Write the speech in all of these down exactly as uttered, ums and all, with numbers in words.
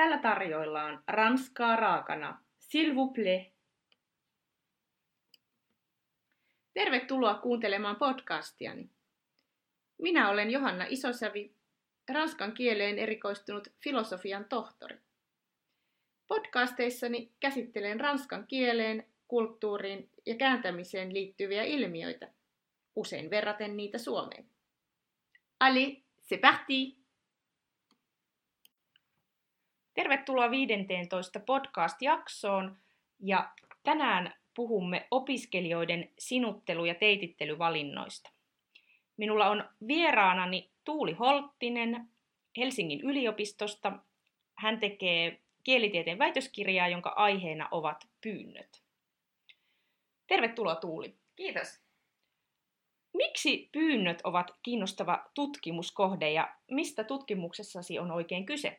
Täällä tarjoillaan ranskaa raakana. S'il vous plaît. Tervetuloa kuuntelemaan podcastiani. Minä olen Johanna Isosävi, ranskan kieleen erikoistunut filosofian tohtori. Podcasteissani käsittelen ranskan kieleen, kulttuuriin ja kääntämiseen liittyviä ilmiöitä, usein verraten niitä Suomeen. Allez, c'est parti! Tervetuloa viidenteentoista podcast-jaksoon ja tänään puhumme opiskelijoiden sinuttelu- ja teitittelyvalinnoista. Minulla on vieraanani Tuuli Holttinen Helsingin yliopistosta. Hän tekee kielitieteen väitöskirjaa, jonka aiheena ovat pyynnöt. Tervetuloa Tuuli. Kiitos. Miksi pyynnöt ovat kiinnostava tutkimuskohde ja mistä tutkimuksessasi on oikein kyse?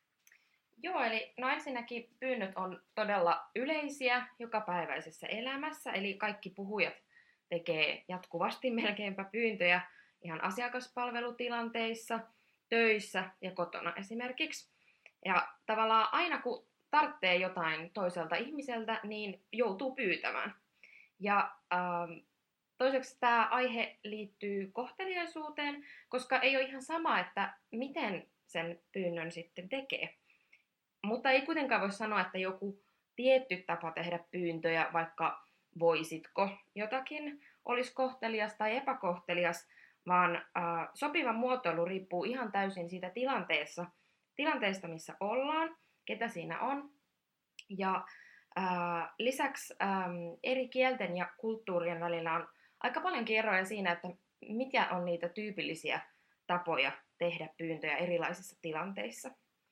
Joo, eli no ensinnäkin pyynnöt on todella yleisiä jokapäiväisessä elämässä, eli kaikki puhujat tekee jatkuvasti melkeinpä pyyntöjä ihan asiakaspalvelutilanteissa, töissä ja kotona esimerkiksi. Ja tavallaan aina kun tarvitsee jotain toiselta ihmiseltä, niin joutuu pyytämään. Ja ähm, toiseksi tämä aihe liittyy kohteliaisuuteen, koska ei ole ihan sama, että miten sen pyynnön sitten tekee. Mutta ei kuitenkaan voi sanoa, että joku tietty tapa tehdä pyyntöjä, vaikka voisitko jotakin, olisi kohtelias tai epäkohtelias, vaan äh, sopiva muotoilu riippuu ihan täysin siitä tilanteessa, tilanteesta, missä ollaan, ketä siinä on. Ja äh, lisäksi ähm, eri kielten ja kulttuurien välillä on aika paljon eroja siinä, että mitä on niitä tyypillisiä tapoja tehdä pyyntöjä erilaisissa tilanteissa.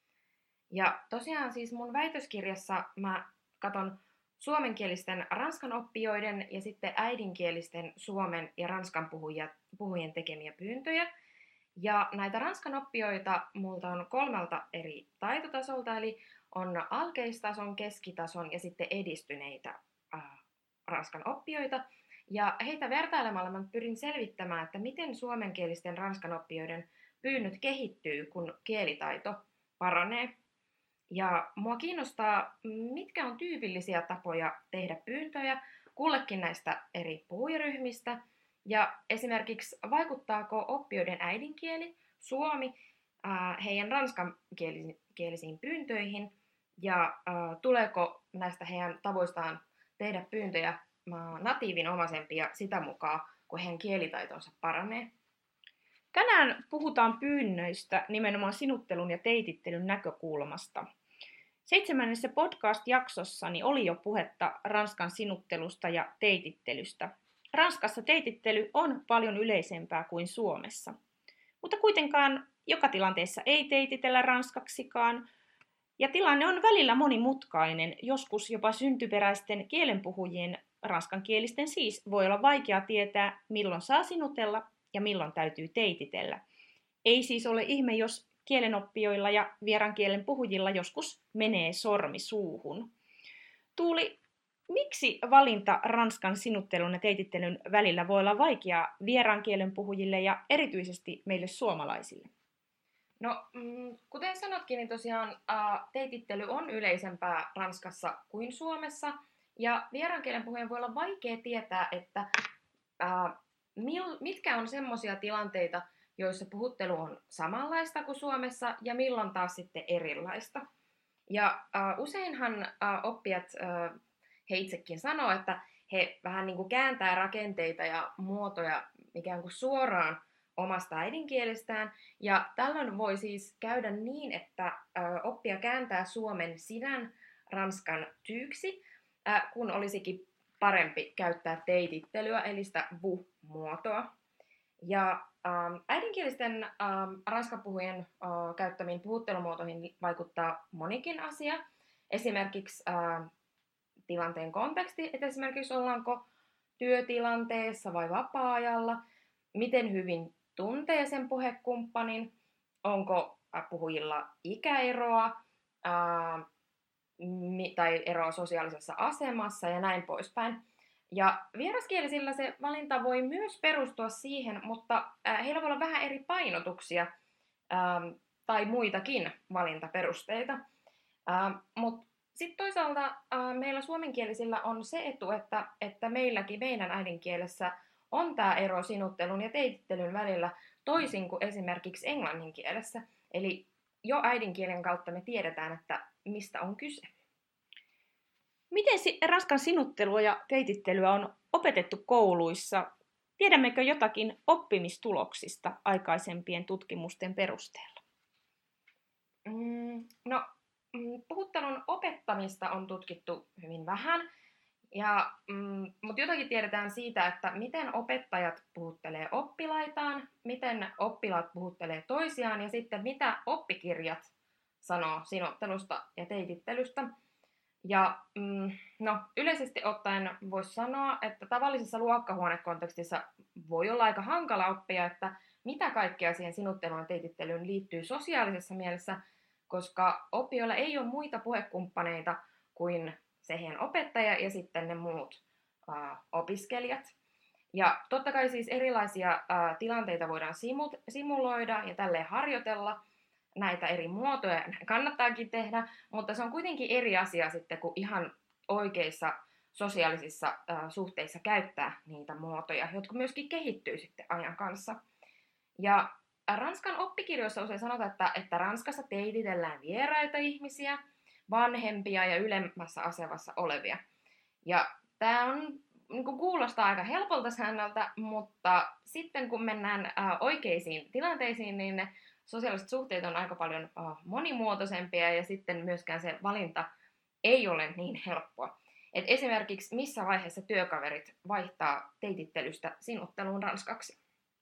Ja tosiaan siis mun väitöskirjassa mä katon suomenkielisten ranskan oppijoiden ja sitten äidinkielisten suomen ja ranskan puhujia, puhujien tekemiä pyyntöjä. Ja näitä ranskan oppijoita multa on kolmelta eri taitotasolta, eli on alkeistason, keskitason ja sitten edistyneitä äh, ranskan oppijoita. Ja heitä vertailemalla mä pyrin selvittämään, että miten suomenkielisten ranskan oppijoiden pyynnöt kehittyy, kun kielitaito paranee. Ja mua kiinnostaa, mitkä on tyypillisiä tapoja tehdä pyyntöjä kullekin näistä eri puhujaryhmistä. Ja esimerkiksi vaikuttaako oppijoiden äidinkieli, suomi, ää, heidän ranskankielisiin pyyntöihin. Ja ää, tuleeko näistä heidän tavoistaan tehdä pyyntöjä ää, natiivinomaisempia sitä mukaan, kun heidän kielitaitonsa paranee. Tänään puhutaan pyynnöistä nimenomaan sinuttelun ja teitittelyn näkökulmasta. Seitsemännessä podcast-jaksossani oli jo puhetta ranskan sinuttelusta ja teitittelystä. Ranskassa teitittely on paljon yleisempää kuin Suomessa. Mutta kuitenkaan joka tilanteessa ei teititellä ranskaksikaan. Ja tilanne on välillä monimutkainen, joskus jopa syntyperäisten kielenpuhujien, ranskankielisten siis, voi olla vaikea tietää, milloin saa sinutella ja milloin täytyy teititellä. Ei siis ole ihme, jos kielenoppijoilla ja vieran kielen puhujilla joskus menee sormi suuhun. Tuuli, miksi valinta ranskan sinuttelun ja teitittelyn välillä voi olla vaikeaa vieran kielen puhujille ja erityisesti meille suomalaisille? No, mm, kuten sanotkin, niin tosiaan ä, teitittely on yleisempää Ranskassa kuin Suomessa. Ja vieran kielen puhujan voi olla vaikea tietää, että ä, mitkä on semmoisia tilanteita, joissa puhuttelu on samanlaista kuin Suomessa ja milloin taas sitten erilaista. Ja uh, useinhan uh, oppijat, uh, he itsekin sanoo, että he vähän niin kuin kääntää rakenteita ja muotoja ikään kuin suoraan omasta äidinkielestään. Ja tällöin voi siis käydä niin, että uh, oppija kääntää suomen sinän ranskan tyyksi, uh, kun olisikin parempi käyttää teitittelyä, eli sitä vu-muotoa. Ja ähm, äidinkielisten ähm, ranskanpuhujien äh, käyttämiin puhuttelumuotoihin vaikuttaa monikin asia. Esimerkiksi äh, tilanteen konteksti, että esimerkiksi ollaanko työtilanteessa vai vapaa-ajalla, miten hyvin tuntee sen puhekumppanin, onko äh, puhujilla ikäeroa äh, mi- tai eroa sosiaalisessa asemassa ja näin poispäin. Ja vieraskielisillä se valinta voi myös perustua siihen, mutta äh, heillä voi olla vähän eri painotuksia ähm, tai muitakin valintaperusteita. Uh, Mutta sitten toisaalta uh, meillä suomenkielisillä on se etu, että, että meilläkin meidän äidinkielessä on tämä ero sinuttelun ja teitittelyn välillä toisin kuin esimerkiksi englannin kielessä. Eli jo äidinkielen kautta me tiedetään, että mistä on kyse. Miten ranskan sinuttelua ja teitittelyä on opetettu kouluissa? Tiedämmekö jotakin oppimistuloksista aikaisempien tutkimusten perusteella? Mm, no, puhuttelun opettamista on tutkittu hyvin vähän, ja, mm, mutta jotakin tiedetään siitä, että miten opettajat puhuttelee oppilaitaan, miten oppilaat puhuttelee toisiaan ja sitten mitä oppikirjat sanoo sinuttelusta ja teitittelystä. Ja mm, no, yleisesti ottaen voisi sanoa, että tavallisessa luokkahuonekontekstissa voi olla aika hankala oppia, että mitä kaikkea siihen sinutteluun ja teitittelyyn liittyy sosiaalisessa mielessä, koska oppijoilla ei ole muita puhekumppaneita kuin se heidän opettaja ja sitten ne muut äh, opiskelijat. Ja totta kai siis erilaisia äh, tilanteita voidaan simu- simuloida ja tälleen harjoitella näitä eri muotoja, kannattaakin tehdä, mutta se on kuitenkin eri asia sitten, kun ihan oikeissa sosiaalisissa äh, suhteissa käyttää niitä muotoja, jotka myöskin kehittyy sitten ajan kanssa. Ja Ranskan oppikirjoissa usein sanotaan, että, että Ranskassa teititellään vieraita ihmisiä, vanhempia ja ylemmässä asemassa olevia. Ja tämä on, niin kuin kuulostaa aika helpolta säännöltä, mutta sitten kun mennään äh, oikeisiin tilanteisiin, niin ne sosiaaliset suhteet on aika paljon äh, monimuotoisempia ja sitten myöskään se valinta ei ole niin helppoa. Et esimerkiksi missä vaiheessa työkaverit vaihtaa teitittelystä sinutteluun ranskaksi?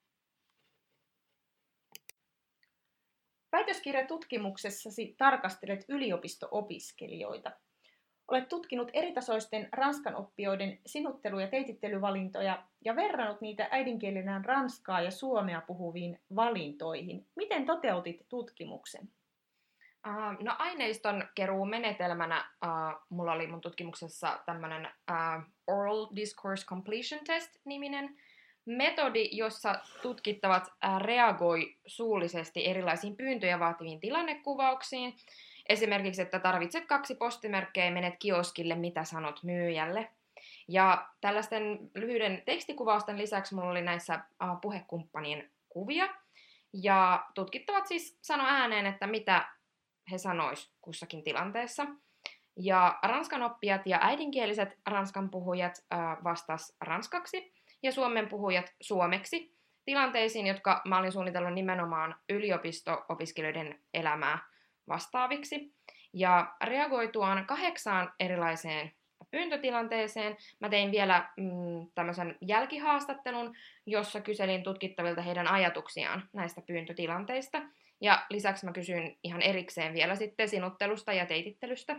Väitöskirjatutkimuksessasi tarkastelet yliopisto-opiskelijoita. Olet tutkinut eritasoisten ranskan oppijoiden sinuttelu- ja teitittelyvalintoja ja verrannut niitä äidinkielenään ranskaa ja suomea puhuviin valintoihin. Miten toteutit tutkimuksen? Uh, no aineiston keruun menetelmänä uh, mulla oli mun tutkimuksessa tämmöinen uh, Oral Discourse Completion Test-niminen metodi, jossa tutkittavat uh, reagoi suullisesti erilaisiin pyyntöjä vaativiin tilannekuvauksiin. Esimerkiksi, että tarvitset kaksi postimerkkiä ja menet kioskille, mitä sanot myyjälle. Ja tällaisten lyhyiden tekstikuvausten lisäksi mulla oli näissä uh, puhekumppanien kuvia. Ja tutkittavat siis sano ääneen, että mitä he sanois kussakin tilanteessa. Ja ranskan oppijat ja äidinkieliset ranskan puhujat äh, vastas ranskaksi ja suomen puhujat suomeksi tilanteisiin, jotka mä olin suunnitellut nimenomaan yliopisto-opiskelijoiden elämää vastaaviksi. Ja reagoituaan kahdeksaan erilaiseen pyyntötilanteeseen mä tein vielä mm, tämmöisen jälkihaastattelun, jossa kyselin tutkittavilta heidän ajatuksiaan näistä pyyntötilanteista. Ja lisäksi mä kysyin ihan erikseen vielä sitten sinuttelusta ja teitittelystä.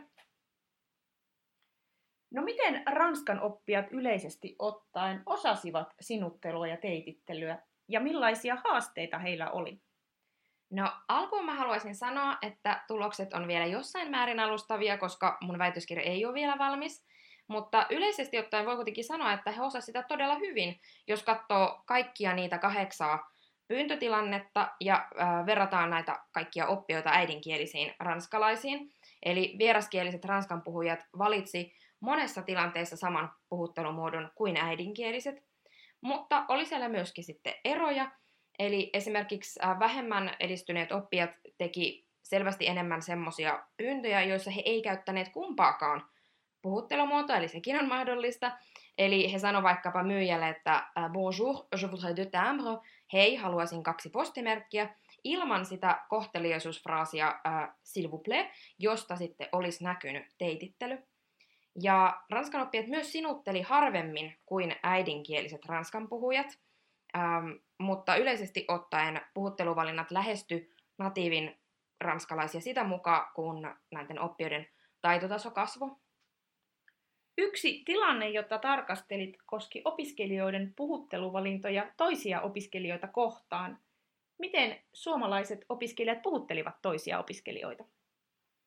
No miten ranskan oppijat yleisesti ottaen osasivat sinuttelua ja teitittelyä ja millaisia haasteita heillä oli? No alkuun mä haluaisin sanoa, että tulokset on vielä jossain määrin alustavia, koska mun väitöskirja ei ole vielä valmis. Mutta yleisesti ottaen voi kuitenkin sanoa, että he osasivat sitä todella hyvin, jos katsoo kaikkia niitä kahdeksaa pyyntötilannetta ja äh, verrataan näitä kaikkia oppijoita äidinkielisiin ranskalaisiin. Eli vieraskieliset ranskan puhujat valitsi monessa tilanteessa saman puhuttelumuodon kuin äidinkieliset. Mutta oli siellä myöskin sitten eroja. Eli esimerkiksi äh, vähemmän edistyneet oppijat teki selvästi enemmän semmoisia pyyntöjä, joissa he ei käyttäneet kumpaakaan puhuttelumuotoa, eli sekin on mahdollista. Eli he sanoi vaikkapa myyjälle, että bonjour, je voudrais deux timbres, hei, haluaisin kaksi postimerkkiä, ilman sitä kohteliaisuusfraasia äh, s'il vous plaît, josta sitten olisi näkynyt teitittely. Ja ranskan oppijat myös sinutteli harvemmin kuin äidinkieliset ranskan puhujat, ähm, mutta yleisesti ottaen puhutteluvalinnat lähesty natiivin ranskalaisia sitä mukaan, kun näiden oppijoiden taitotaso kasvoi. Yksi tilanne, jota tarkastelit, koski opiskelijoiden puhutteluvalintoja toisia opiskelijoita kohtaan. Miten suomalaiset opiskelijat puhuttelivat toisia opiskelijoita?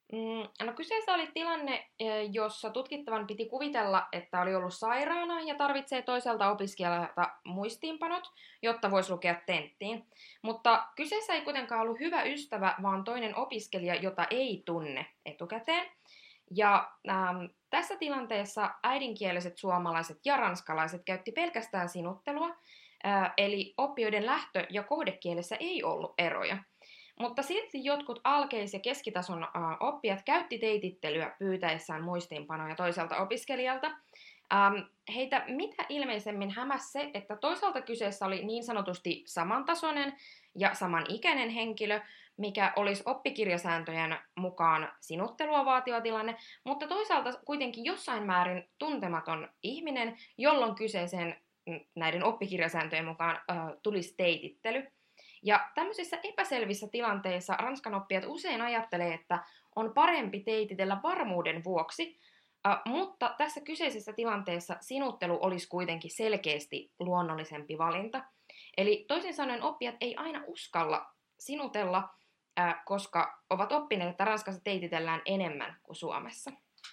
Mm, no kyseessä oli tilanne, eh, jossa tutkittavan piti kuvitella, että oli ollut sairaana ja tarvitsee toiselta opiskelijalta muistiinpanot, jotta voisi lukea tenttiin. Mutta kyseessä ei kuitenkaan ollut hyvä ystävä, vaan toinen opiskelija, jota ei tunne etukäteen. Ja ähm, tässä tilanteessa äidinkieliset suomalaiset ja ranskalaiset käytti pelkästään sinuttelua, äh, eli oppijoiden lähtö- ja kohdekielessä ei ollut eroja. Mutta silti jotkut alkeis- ja keskitason äh, oppijat käytti teitittelyä pyytäessään muistiinpanoja toiselta opiskelijalta. Ähm, heitä mitä ilmeisemmin hämäsi se, että toisaalta kyseessä oli niin sanotusti samantasoinen ja samanikäinen henkilö, mikä olisi oppikirjasääntöjen mukaan sinuttelua vaativa tilanne, mutta toisaalta kuitenkin jossain määrin tuntematon ihminen, jolloin kyseeseen näiden oppikirjasääntöjen mukaan äh, tulisi teitittely. Ja tämmöisissä epäselvissä tilanteissa ranskan oppijat usein ajattelee, että on parempi teititellä varmuuden vuoksi, äh, mutta tässä kyseisessä tilanteessa sinuttelu olisi kuitenkin selkeästi luonnollisempi valinta. Eli toisin sanoen oppijat ei aina uskalla sinutella, äh, koska ovat oppineet, että Ranskassa teititellään enemmän kuin Suomessa.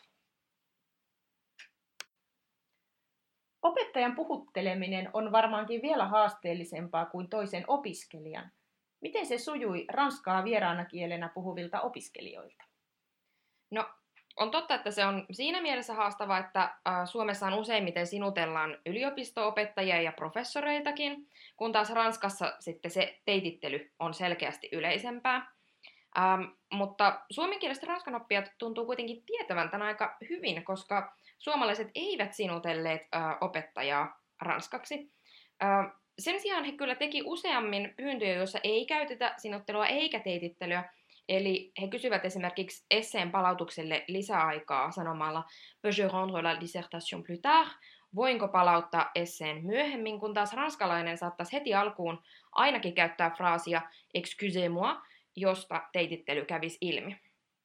Opettajan puhutteleminen on varmaankin vielä haasteellisempaa kuin toisen opiskelijan. Miten se sujui ranskaa vieraana kielenä puhuvilta opiskelijoilta? No, on totta, että se on siinä mielessä haastavaa, että äh, Suomessa on useimmiten sinutellaan yliopisto-opettajia ja professoreitakin, kun taas Ranskassa sitten se teitittely on selkeästi yleisempää. Ähm, mutta suomenkieliset ranskan oppijat tuntuu kuitenkin tietävän tämän aika hyvin, koska suomalaiset eivät sinutelleet äh, opettajaa ranskaksi. Äh, sen sijaan he kyllä teki useammin pyyntöjä, joissa ei käytetä sinuttelua eikä teitittelyä. Eli he kysyvät esimerkiksi esseen palautukselle lisäaikaa sanomalla "Peux je rendre la dissertation plus tard?" Voinko palauttaa esseen myöhemmin, kun taas ranskalainen saattaisi heti alkuun ainakin käyttää fraasia "excusez-moi", josta teitittely kävisi ilmi.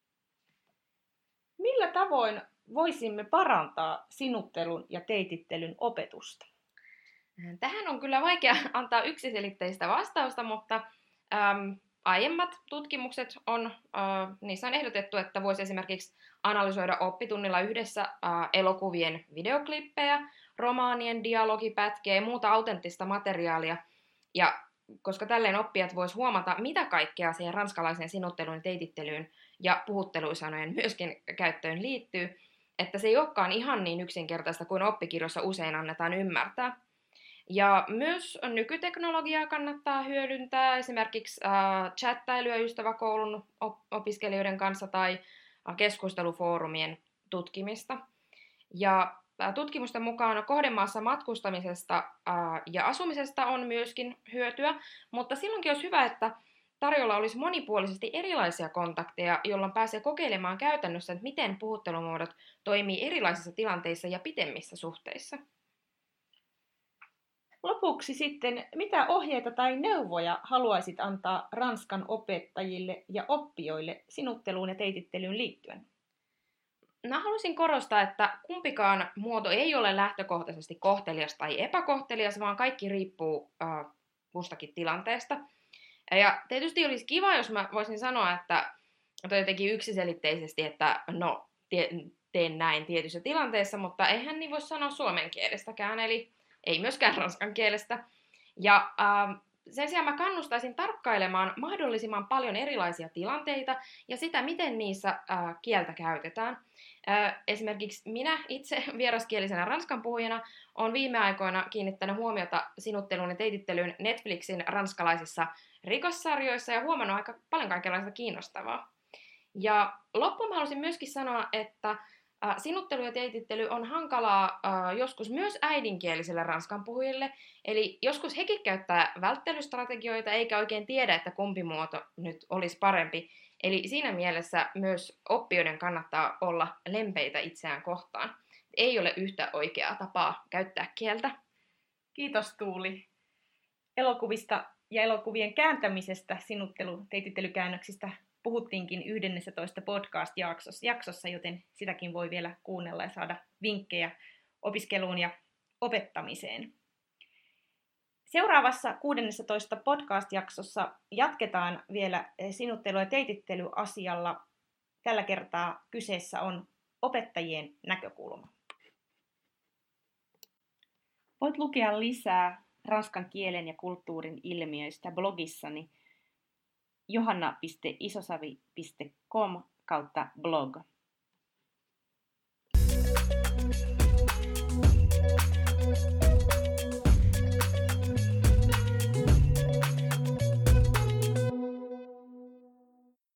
Millä tavoin voisimme parantaa sinuttelun ja teitittelyn opetusta? Tähän on kyllä vaikea antaa yksiselitteistä vastausta, mutta äm, aiemmat tutkimukset on, äh, niissä on ehdotettu, että voisi esimerkiksi analysoida oppitunnilla yhdessä äh, elokuvien videoklippejä, romaanien dialogipätkiä ja muuta autenttista materiaalia. Ja koska tälleen oppijat vois huomata, mitä kaikkea siihen ranskalaiseen sinutteluun ja teitittelyyn ja puhutteluisanojen myöskin käyttöön liittyy, että se ei olekaan ihan niin yksinkertaista kuin oppikirjoissa usein annetaan ymmärtää. Ja myös nykyteknologiaa kannattaa hyödyntää, esimerkiksi äh, chattailuja ystäväkoulun op- opiskelijoiden kanssa tai äh, keskustelufoorumien tutkimista. Ja äh, tutkimusten mukaan kohdemaassa matkustamisesta äh, ja asumisesta on myöskin hyötyä, mutta silloinkin olisi hyvä, että tarjolla olisi monipuolisesti erilaisia kontakteja, jolloin pääsee kokeilemaan käytännössä, että miten puhuttelumuodot toimii erilaisissa tilanteissa ja pitemmissä suhteissa. Lopuksi sitten, mitä ohjeita tai neuvoja haluaisit antaa ranskan opettajille ja oppijoille sinutteluun ja teitittelyyn liittyen? No, haluaisin korostaa, että kumpikaan muoto ei ole lähtökohtaisesti kohtelias tai epäkohtelias, vaan kaikki riippuu äh, kustakin tilanteesta. Ja tietysti olisi kiva, jos mä voisin sanoa, että jotenkin yksiselitteisesti, että no, teen näin tietyssä tilanteessa, mutta eihän niin voi sanoa suomen kielestäkään, eli ei myöskään ranskan kielestä. Ja äh, sen sijaan mä kannustaisin tarkkailemaan mahdollisimman paljon erilaisia tilanteita ja sitä, miten niissä äh, kieltä käytetään. Äh, esimerkiksi minä itse vieraskielisenä ranskan puhujana olen viime aikoina kiinnittänyt huomiota sinutteluun ja teitittelyyn Netflixin ranskalaisissa rikossarjoissa ja huomannut aika paljon kaikenlaista kiinnostavaa. Ja loppuun mä haluaisin myöskin sanoa, että äh, sinuttelu ja teitittely on hankalaa äh, joskus myös äidinkielisille ranskan puhujille, eli joskus hekin käyttää välttelystrategioita eikä oikein tiedä, että kumpi muoto nyt olisi parempi. Eli siinä mielessä myös oppijoiden kannattaa olla lempeitä itseään kohtaan. Ei ole yhtä oikeaa tapaa käyttää kieltä. Kiitos Tuuli. Elokuvista ja elokuvien kääntämisestä sinuttelu-teitittelykäännöksistä puhuttiinkin yhdessätoista podcast-jaksossa, joten sitäkin voi vielä kuunnella ja saada vinkkejä opiskeluun ja opettamiseen. Seuraavassa kuudennessatoista podcast-jaksossa jatketaan vielä sinuttelu- ja teitittelyasialla Tällä kertaa kyseessä on opettajien näkökulma. Voit lukea lisää ranskan kielen ja kulttuurin ilmiöistä blogissani johanna piste isosavi piste com kautta blog.